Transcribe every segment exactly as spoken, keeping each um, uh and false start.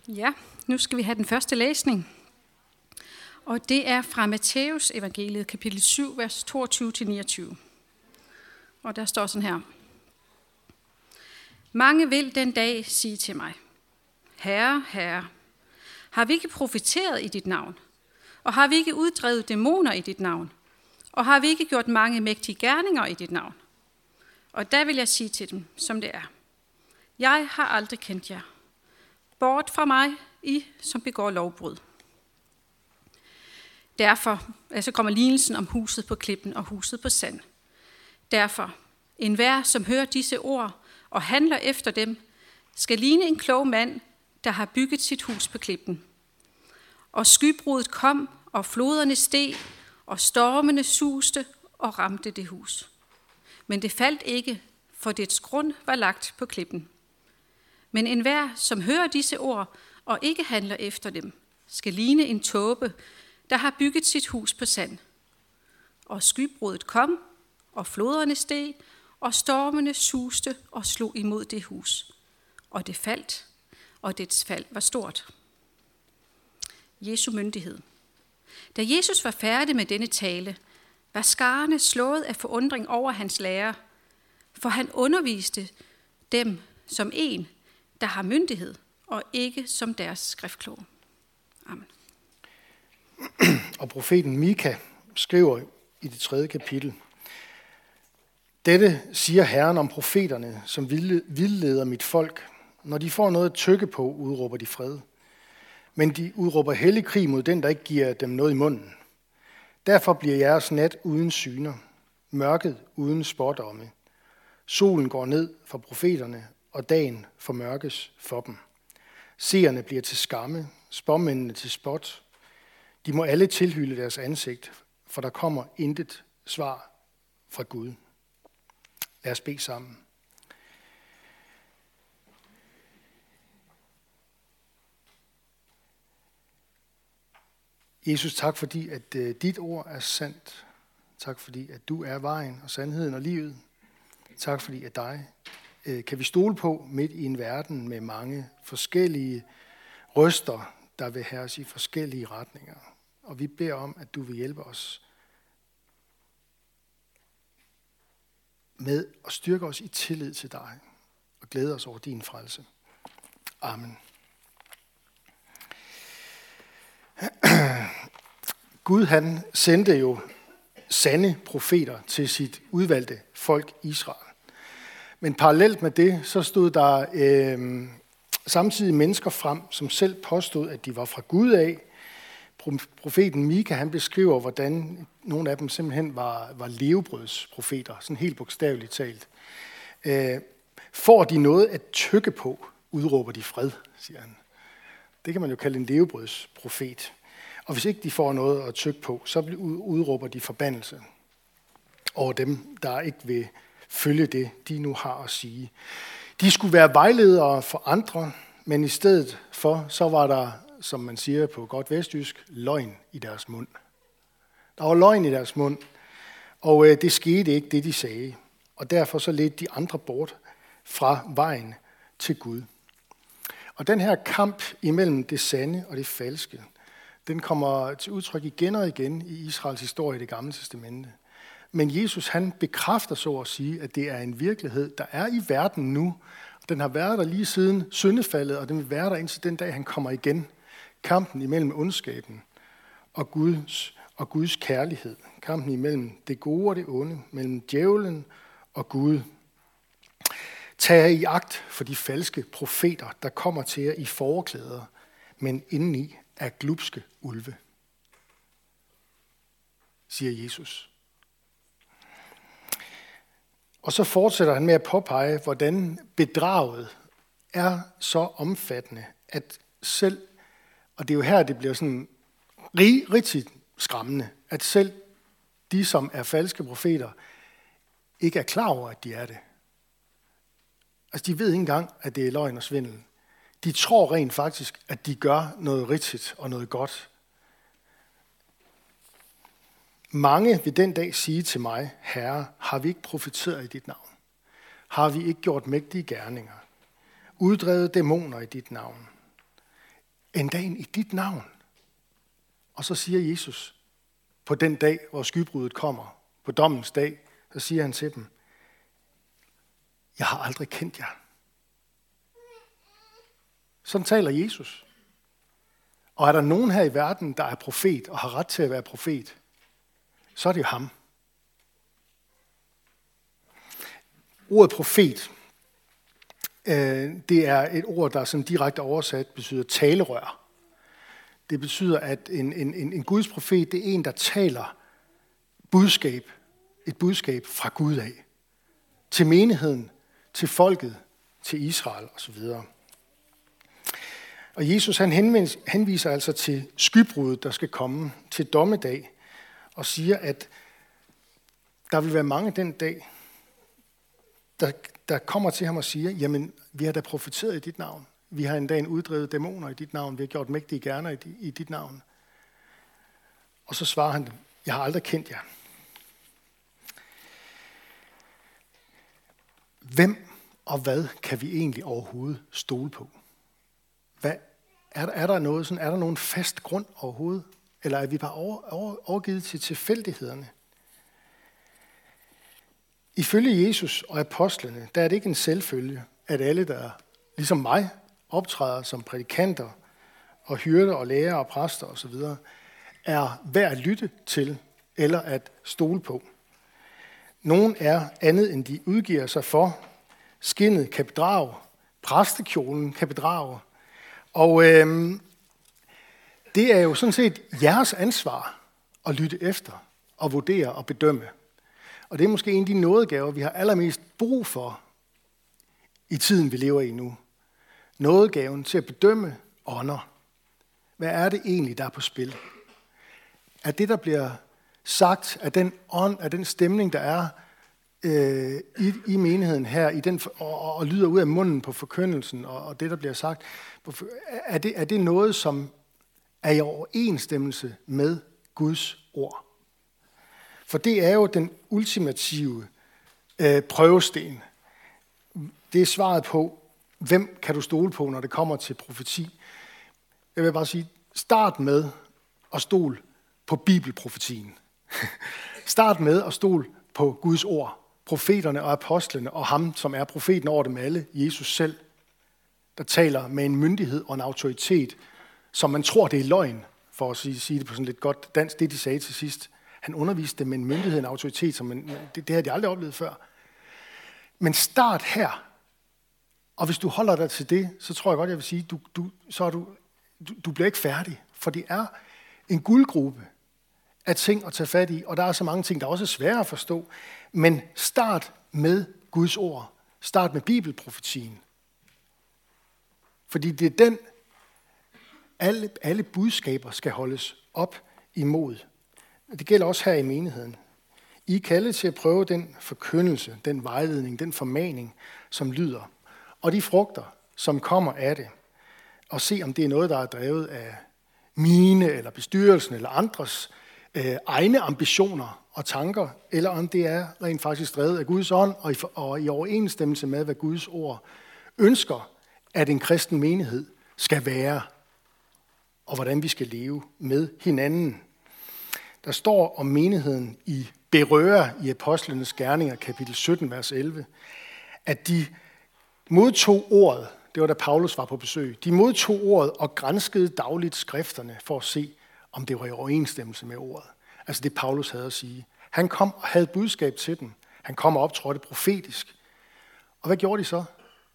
Ja, nu skal vi have den første læsning. Og det er fra Matthæus evangeliet, kapitel syv, vers toogtyve til niogtyve. Og der står sådan her. Mange vil den dag sige til mig, Herre, Herre, har vi ikke profeteret i dit navn? Og har vi ikke uddrevet dæmoner i dit navn? Og har vi ikke gjort mange mægtige gerninger i dit navn? Og der vil jeg sige til dem, som det er. Jeg har aldrig kendt jer. Bort fra mig, I som begår lovbrud. Derfor, altså kommer lignelsen om huset på klippen og huset på sand. Derfor, enhver, som hører disse ord og handler efter dem, skal ligne en klog mand, der har bygget sit hus på klippen. Og skybruddet kom, og floderne steg, og stormene suste og ramte det hus. Men det faldt ikke, for dets grund var lagt på klippen. Men enhver, som hører disse ord og ikke handler efter dem, skal ligne en tåbe, der har bygget sit hus på sand. Og skybruddet kom, og floderne steg, og stormene suste og slog imod det hus. Og det faldt, og dets fald var stort. Jesu myndighed. Da Jesus var færdig med denne tale, var skarne slået af forundring over hans lære, for han underviste dem som en, der har myndighed, og ikke som deres skriftkloge. Amen. Og profeten Mika skriver i det tredje kapitel, dette siger Herren om profeterne, som vildleder mit folk. Når de får noget at tykke på, udråber de fred. Men de udråber hellig krig mod den, der ikke giver dem noget i munden. Derfor bliver jeres nat uden syner, mørket uden spådomme. Solen går ned for profeterne, og dagen formørkes for dem. Seerne bliver til skamme, spåmændene til spot. De må alle tilhylde deres ansigt, for der kommer intet svar fra Gud. Lad os bede sammen. Jesus, tak fordi, at uh, dit ord er sandt. Tak fordi, at du er vejen og sandheden og livet. Tak fordi, at dig uh, kan vi stole på midt i en verden med mange forskellige røster, der vil herres i forskellige retninger. Og vi beder om, at du vil hjælpe os med at styrke os i tillid til dig og glæde os over din frelse. Amen. Gud han sendte jo sande profeter til sit udvalgte folk Israel. Men parallelt med det, så stod der øh, samtidig mennesker frem, som selv påstod, at de var fra Gud af. Profeten Mika han beskriver, hvordan nogle af dem simpelthen var, var levebrødsprofeter, sådan helt bogstaveligt talt. Øh, får de noget at tykke på, udråber de fred, siger han. Det kan man jo kalde en levebrødsprofet. Og hvis ikke de får noget at tykke på, så udråber de forbandelse over dem, der ikke vil følge det, de nu har at sige. De skulle være vejledere for andre, men i stedet for, så var der, som man siger på godt vestjysk, løgn i deres mund. Der var løgn i deres mund, og øh, det skete ikke, det de sagde. Og derfor så ledte de andre bort fra vejen til Gud. Og den her kamp imellem det sande og det falske, den kommer til udtryk igen og igen i Israels historie i Det Gamle Testamente. Men Jesus han bekræfter så at sige, at det er en virkelighed, der er i verden nu. Den har været der lige siden syndefaldet, og den vil være der indtil den dag, han kommer igen. Kampen imellem ondskaben og Guds, og Guds kærlighed. Kampen imellem det gode og det onde, mellem djævlen og Gud. Tag i agt for de falske profeter, der kommer til jer i forklæder, men indeni er glubske ulve, siger Jesus. Og så fortsætter han med at påpege, hvordan bedraget er så omfattende, at selv, og det er jo her, det bliver sådan rigtig skræmmende, at selv de, som er falske profeter, ikke er klar over, at de er det. Altså, de ved ikke engang, at det er løgn og svindel. De tror rent faktisk, at de gør noget rigtigt og noget godt. Mange vil den dag sige til mig, Herre, har vi ikke profeteret i dit navn? Har vi ikke gjort mægtige gerninger? Uddrevet dæmoner i dit navn? en dag i dit navn. Og så siger Jesus, på den dag, hvor skybruddet kommer, på dommens dag, så siger han til dem, jeg har aldrig kendt jer. Sådan taler Jesus. Og er der nogen her i verden, der er profet og har ret til at være profet, så er det jo ham. Ordet profet, øh, det er et ord, der sådan direkte oversat betyder talerør. Det betyder, at en, en, en Guds profet, det er en, der taler budskab, et budskab fra Gud af, til menigheden, til folket, til Israel osv. Og Jesus han henviser altså til skybruddet, der skal komme til dommedag, og siger, at der vil være mange den dag, der, der kommer til ham og siger, jamen, vi har da profeteret i dit navn. Vi har endda en uddrevet dæmoner i dit navn. Vi har gjort mægtige gerninger i, i dit navn. Og så svarer han dem, jeg har aldrig kendt jer. Hvem og hvad kan vi egentlig overhovedet stole på? Hvad, er, der, er der noget sådan, er der nogen fast grund overhovedet? Eller er vi bare over, over, overgivet til tilfældighederne? Ifølge Jesus og apostlene, der er det ikke en selvfølge, at alle, der ligesom mig, optræder som prædikanter og hyrder og lærer og præster osv., er værd at lytte til eller at stole på. Nogen er andet, end de udgiver sig for. Skindet kan bedrage, præstekjolen kan bedrage. Og øhm, det er jo sådan set jeres ansvar at lytte efter og vurdere og bedømme. Og det er måske en af de nådegaver, vi har allermest brug for i tiden, vi lever i nu. Nådegaven til at bedømme ånder. Hvad er det egentlig, der er på spil? Er det, der bliver sagt, af den ånd, af den stemning, der er øh, i, i menigheden her, i den, og, og lyder ud af munden på forkyndelsen, og, og det, der bliver sagt, er det, er det noget, som er i overensstemmelse med Guds ord? For det er jo den ultimative øh, prøvesten. Det er svaret på, hvem kan du stole på, når det kommer til profeti? Jeg vil bare sige, start med at stole på bibelprofetien. Start med at stole på Guds ord, profeterne og apostlene, og ham, som er profeten over dem alle, Jesus selv, der taler med en myndighed og en autoritet, som man tror, det er løgn, for at sige, sige det på sådan lidt godt dansk, det de sagde til sidst. Han underviste dem med en myndighed og en autoritet, som man, det, det har de aldrig oplevet før. Men start her. Og hvis du holder dig til det, så tror jeg godt, jeg vil sige, du, du, så er du, du, du bliver ikke færdig. For det er en guldgruppe af ting at tage fat i, og der er så mange ting, der også er svære at forstå. Men start med Guds ord. Start med bibelprofetien. Fordi det er den, alle, alle budskaber skal holdes op imod. Det gælder også her i menigheden. I er kaldet til at prøve den forkyndelse, den vejledning, den formaning, som lyder. Og de frugter, som kommer af det. Og se, om det er noget, der er drevet af mine, eller bestyrelsen, eller andres øh, egne ambitioner og tanker, eller om det er rent faktisk drevet af Guds ånd, og i, og i overensstemmelse med, hvad Guds ord ønsker, at en kristen menighed skal være, og hvordan vi skal leve med hinanden. Der står om menigheden i Berøre i Apostlenes Gerninger, kapitel sytten, vers elleve, at de modtog ordet, det var da Paulus var på besøg, de modtog ordet og granskede dagligt skrifterne for at se, om det var i overensstemmelse med ordet. Altså det Paulus havde at sige. Han kom og havde budskab til dem. Han kom og optrådte profetisk. Og hvad gjorde de så?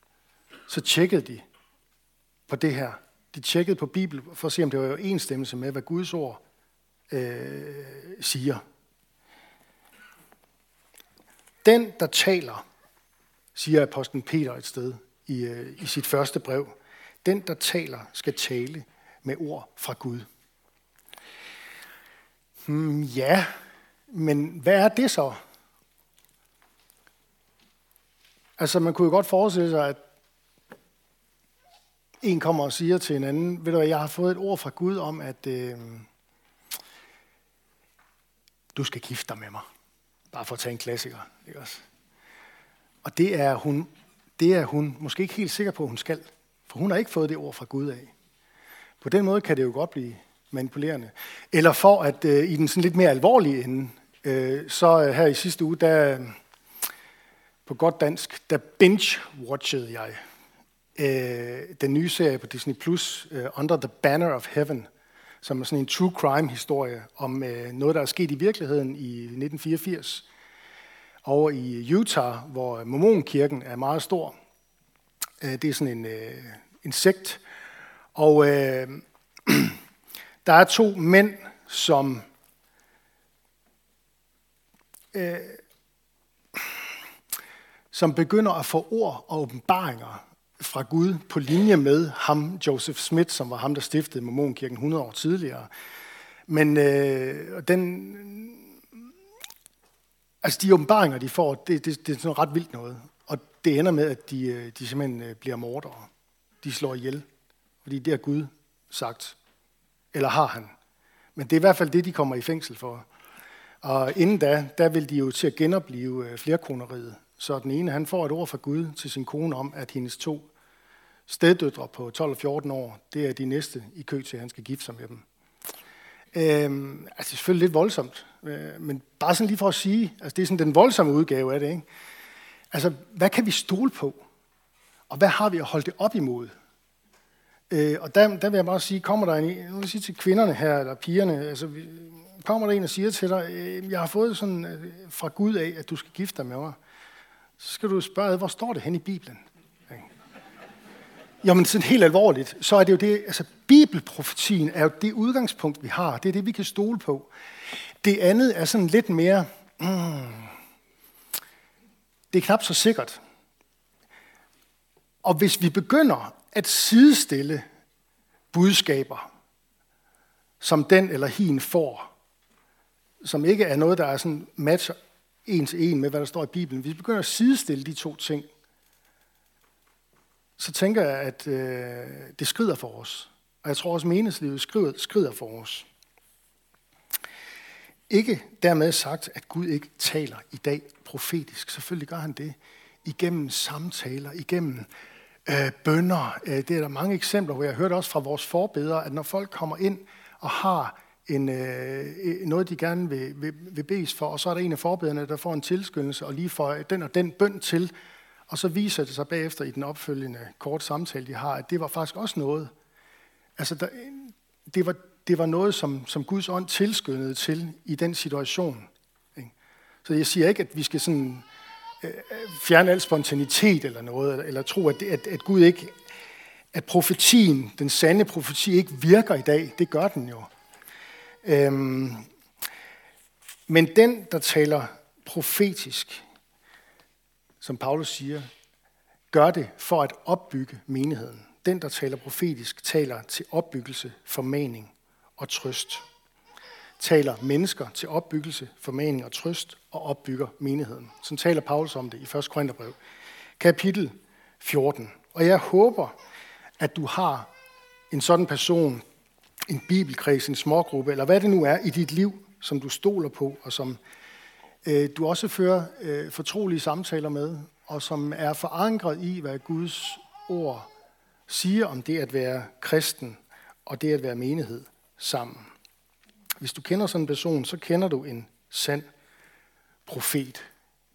Så tjekkede de på det her. De tjekkede på Bibelen for at se, om det var i overensstemmelse med, hvad Guds ord øh, siger. Den, der taler, siger apostlen Peter et sted i, øh, i sit første brev, den, der taler, skal tale med ord fra Gud. Hmm, ja, men hvad er det så? Altså, man kunne jo godt forestille sig, at en kommer og siger til en anden, ved du hvad, jeg har fået et ord fra Gud om, at øh, du skal gifte dig med mig. Bare for at tage en klassiker, ikke også? Og det er hun, det er hun måske ikke helt sikker på, at hun skal. For hun har ikke fået det ord fra Gud af. På den måde kan det jo godt blive manipulerende. Eller for at øh, i den sådan lidt mere alvorlige ende, øh, så øh, her i sidste uge, der på godt dansk, der binge-watchede jeg øh, den nye serie på Disney Plus, øh, Under the Banner of Heaven, som er sådan en true crime-historie om øh, noget, der er sket i virkeligheden i nitten fireogfirs over i Utah, hvor Mormonkirken er meget stor. Øh, det er sådan en, øh, en sekt. Og øh, der er to mænd, som øh, som begynder at få ord og åbenbaringer fra Gud på linje med ham, Joseph Smith, som var ham, der stiftede Mormonkirken hundrede år tidligere. Men øh, den, altså de åbenbaringer, de får, det, det, det er sådan ret vildt noget. Og det ender med, at de, de simpelthen bliver mordere. De slår ihjel, fordi det har Gud sagt. Eller har han. Men det er i hvert fald det, de kommer i fængsel for. Og inden da, der vil de jo til at genopleve flerkoneriet. Så den ene, han får et ord fra Gud til sin kone om, at hendes to steddøtre på tolv og fjorten år, det er de næste i kø til, at han skal gifte sig med dem. Øhm, altså det er selvfølgelig lidt voldsomt, øh, men bare sådan lige for at sige, altså det er sådan den voldsomme udgave af det, ikke? Altså, hvad kan vi stole på? Og hvad har vi at holde det op imod? Øh, og der, der vil jeg bare sige, kommer der en, nu vil jeg sige til kvinderne her, eller pigerne, altså kommer der en og siger til dig, øh, jeg har fået sådan øh, fra Gud af, at du skal gifte dig med mig. Så skal du spørge, hvor står det hen i Bibelen? Jamen sådan helt alvorligt, så er det jo det, altså bibelprofetien er jo det udgangspunkt, vi har. Det er det, vi kan stole på. Det andet er sådan lidt mere, mm, det er knap så sikkert. Og hvis vi begynder at sidestille budskaber, som den eller hin får, som ikke er noget, der er sådan matcher en til en med, hvad der står i Bibelen. Hvis vi begynder at sidestille de to ting, så tænker jeg, at øh, det skrider for os. Og jeg tror også, at menighedslivet skrider, skrider for os. Ikke dermed sagt, at Gud ikke taler i dag profetisk. Selvfølgelig gør han det. Igennem samtaler, igennem øh, bønner. Det er der mange eksempler, hvor jeg har hørt også fra vores forbedere, at når folk kommer ind og har En, øh, noget, de gerne vil, vil, vil bedes for, og så er der en af forbederne, der får en tilskyndelse, og lige får den og den bøn til, og så viser det sig bagefter i den opfølgende korte samtale, de har, at det var faktisk også noget. Altså, der, det, var, det var noget, som, som Guds ånd tilskyndede til i den situation. Ikke? Så jeg siger ikke, at vi skal sådan, øh, fjerne al spontanitet eller noget, eller, eller tro, at, det, at, at Gud ikke, at profetien, den sande profeti ikke virker i dag. Det gør den jo. Øhm, men den, der taler profetisk, som Paulus siger, gør det for at opbygge menigheden. Den, der taler profetisk, taler til opbyggelse, formaning og trøst. Taler mennesker til opbyggelse, formaning og trøst og opbygger menigheden. Sådan taler Paulus om det i første Korintherbrev, kapitel fjorten. Og jeg håber, at du har en sådan person, en bibelkreds, en smågruppe, eller hvad det nu er i dit liv, som du stoler på, og som øh, du også fører øh, fortrolige samtaler med, og som er forankret i, hvad Guds ord siger om det at være kristen, og det at være menighed sammen. Hvis du kender sådan en person, så kender du en sand profet.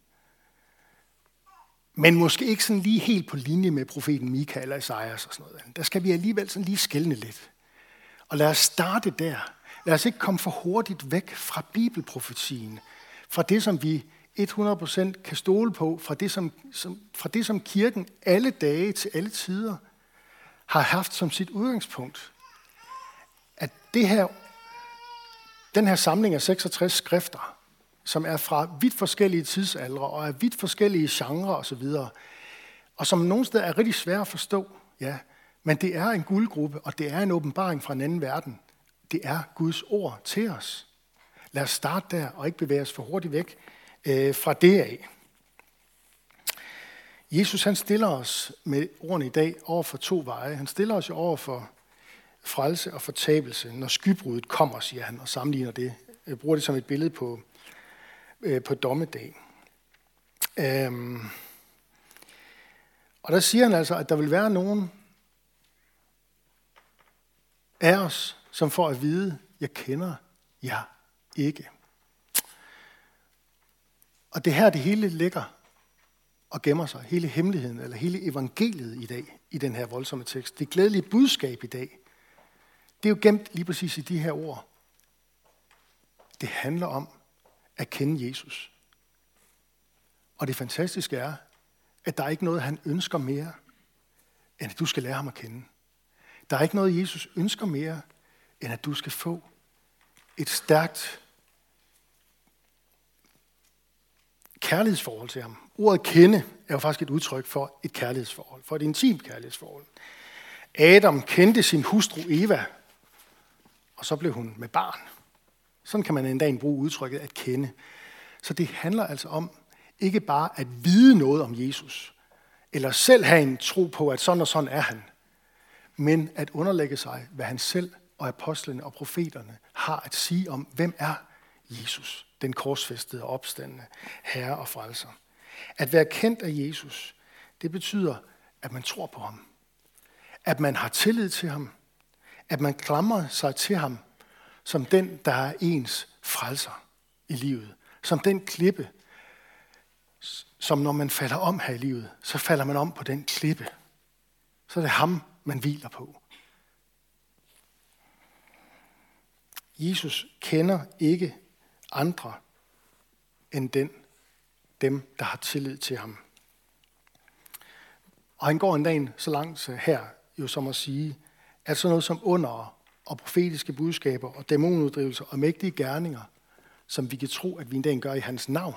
Men måske ikke sådan lige helt på linje med profeten Mika eller Esajas og sådan noget. Der skal vi alligevel sådan lige skelne lidt. Og lad os starte der. Lad os ikke komme for hurtigt væk fra bibelprofetien, fra det, som vi hundrede procent kan stole på, fra det, som, som, fra det, som kirken alle dage til alle tider har haft som sit udgangspunkt. At det her, den her samling af seksogtres skrifter, som er fra vidt forskellige tidsaldre og er vidt forskellige genrer osv., og som nogle steder er rigtig svære at forstå, ja, men det er en guldgruppe, og det er en åbenbaring fra en anden verden. Det er Guds ord til os. Lad os starte der, og ikke bevæge os for hurtigt væk øh, fra det af. Jesus, han stiller os med ordene i dag over for to veje. Han stiller os jo over for frelse og fortabelse, når skybruddet kommer, siger han, og sammenligner det. Jeg bruger det som et billede på, øh, på dommedag. Øhm. Og der siger han altså, at der vil være nogen, af os, som får at vide, jeg kender jer ikke. Og det her, det hele ligger og gemmer sig. Hele hemmeligheden, eller hele evangeliet i dag, i den her voldsomme tekst. Det glædelige budskab i dag, det er jo gemt lige præcis i de her ord. Det handler om at kende Jesus. Og det fantastiske er, at der er ikke noget, han ønsker mere, end at du skal lære ham at kende. Der er ikke noget, Jesus ønsker mere, end at du skal få et stærkt kærlighedsforhold til ham. Ordet kende er jo faktisk et udtryk for et kærlighedsforhold, for et intimt kærlighedsforhold. Adam kendte sin hustru Eva, og så blev hun med barn. Sådan kan man en dag bruge udtrykket at kende. Så det handler altså om ikke bare at vide noget om Jesus, eller selv have en tro på, at sådan og sådan er han, men at underlægge sig, hvad han selv og apostlene og profeterne har at sige om, hvem er Jesus, den korsfæstede og opstandne herre og frelser. At være kendt af Jesus, det betyder, at man tror på ham, at man har tillid til ham, at man klamrer sig til ham som den, der er ens frelser i livet, som den klippe, som når man falder om her i livet, så falder man om på den klippe. Så er det ham, man hviler på. Jesus kender ikke andre end den, dem, der har tillid til ham. Og han går en dag så langt her, jo som at sige, at sådan noget som under og profetiske budskaber og dæmonuddrivelser og mægtige gerninger, som vi kan tro, at vi en dag gør i hans navn,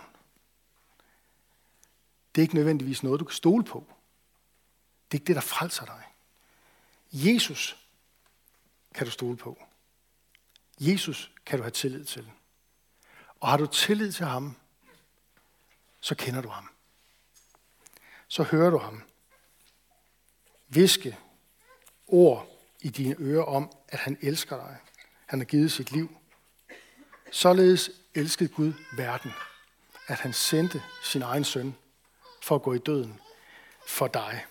det er ikke nødvendigvis noget, du kan stole på. Det er ikke det, der frelser dig. Jesus kan du stole på. Jesus kan du have tillid til. Og har du tillid til ham, så kender du ham. Så hører du ham hviske ord i dine ører om, at han elsker dig. Han har givet sit liv. Således elskede Gud verden, at han sendte sin egen søn for at gå i døden for dig.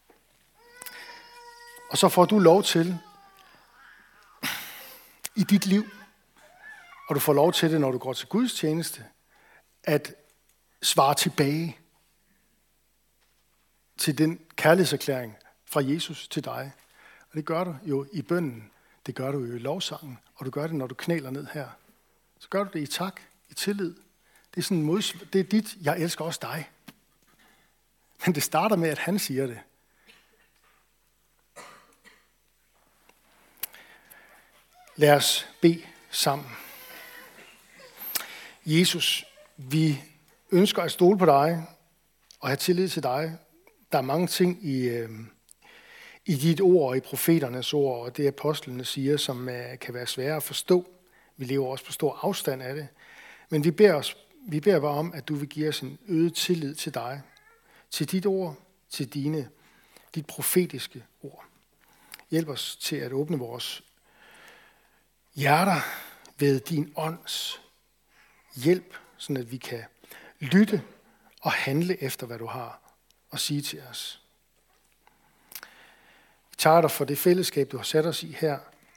Og så får du lov til i dit liv, og du får lov til det, når du går til Guds tjeneste, at svare tilbage til den kærlighedserklæring fra Jesus til dig. Og det gør du jo i bønnen, det gør du jo i lovsangen, og du gør det, når du knæler ned her. Så gør du det i tak, i tillid. Det er sådan en mods- det er dit, jeg elsker også dig. Men det starter med, at han siger det. Lad os bede sammen. Jesus, vi ønsker at stole på dig og have tillid til dig. Der er mange ting i, øh, i dit ord og i profeternes ord, og det apostlene siger, som øh, kan være svære at forstå. Vi lever også på stor afstand af det. Men vi beder, os, vi beder bare om, at du vil give os en øget tillid til dig, til dit ord, til dine, dit profetiske ord. Hjælp os til at åbne vores hjerter ved din ånds hjælp, sådan at vi kan lytte og handle efter, hvad du har at sige til os. Vi takker dig for det fællesskab, du har sat os i her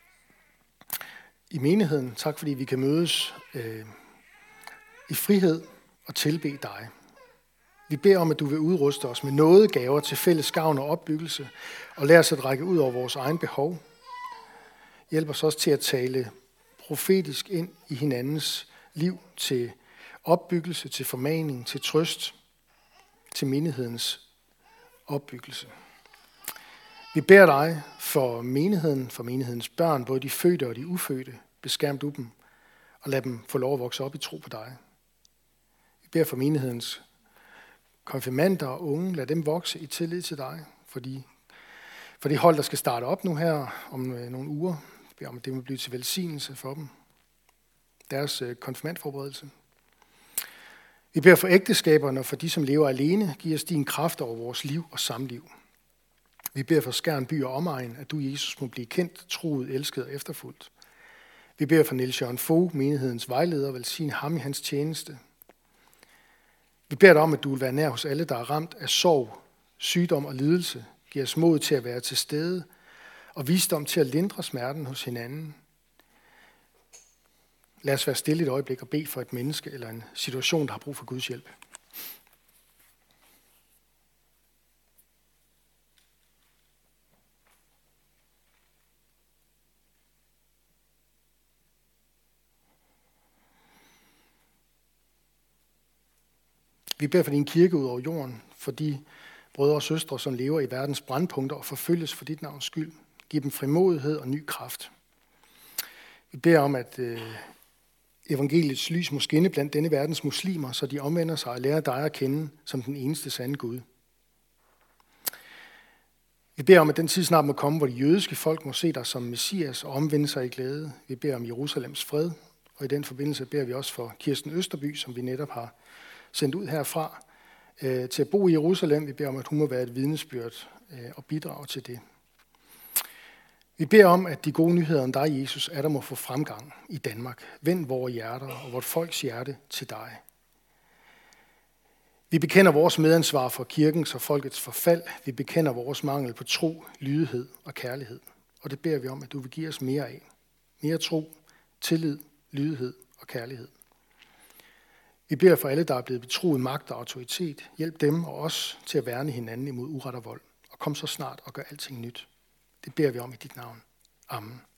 i menigheden. Tak fordi vi kan mødes øh, i frihed og tilbede dig. Vi beder om, at du vil udruste os med nådegaver til fælles gavn og opbyggelse, og lad os at række ud over vores egen behov. Hjælp os også til at tale profetisk ind i hinandens liv til opbyggelse, til formaning, til trøst, til menighedens opbyggelse. Vi beder dig for menigheden, for menighedens børn, både de fødte og de ufødte. Beskærm du dem og lad dem få lov at vokse op i tro på dig. Vi beder for menighedens konfirmander og unge, lad dem vokse i tillid til dig, for de, for de hold, der skal starte op nu her om nogle uger. Vi beder om, at det må blive til velsignelse for dem. Deres konfirmandforberedelse. Vi beder for ægteskaberne og for de, som lever alene. Giv os din kraft over vores liv og samliv. Vi beder for Skjern by og omegn, at du, Jesus, må blive kendt, troet, elsket og efterfulgt. Vi beder for Niels Jørgen Fogh, menighedens vejleder, velsigne ham i hans tjeneste. Vi beder dig om, at du vil være nær hos alle, der er ramt af sorg, sygdom og lidelse. Giv os mod til at være til stede og visdom til at lindre smerten hos hinanden. Lad os være stille et øjeblik og bede for et menneske eller en situation, der har brug for Guds hjælp. Vi beder for din kirke ud over jorden, for de brødre og søstre, som lever i verdens brandpunkter og forfølges for dit navns skyld. Giv dem frimodighed og ny kraft. Vi beder om, at øh, evangeliets lys må skinne blandt denne verdens muslimer, så de omvender sig og lærer dig at kende som den eneste sande Gud. Vi beder om, at den tid snart må komme, hvor de jødiske folk må se dig som Messias og omvende sig i glæde. Vi beder om Jerusalems fred, og i den forbindelse beder vi også for Kirsten Østerby, som vi netop har sendt ud herfra øh, til at bo i Jerusalem. Vi beder om, at hun må være et vidnesbyrd øh, og bidrage til det. Vi beder om, at de gode nyheder om dig, Jesus, er der må få fremgang i Danmark. Vend vores hjerter og vort folks hjerte til dig. Vi bekender vores medansvar for kirkens og folkets forfald. Vi bekender vores mangel på tro, lydighed og kærlighed. Og det beder vi om, at du vil give os mere af. Mere tro, tillid, lydighed og kærlighed. Vi beder for alle, der er blevet betroet magt og autoritet. Hjælp dem og os til at værne hinanden imod uret og vold. Og kom så snart og gør alting nyt. Det beder vi om i dit navn. Amen.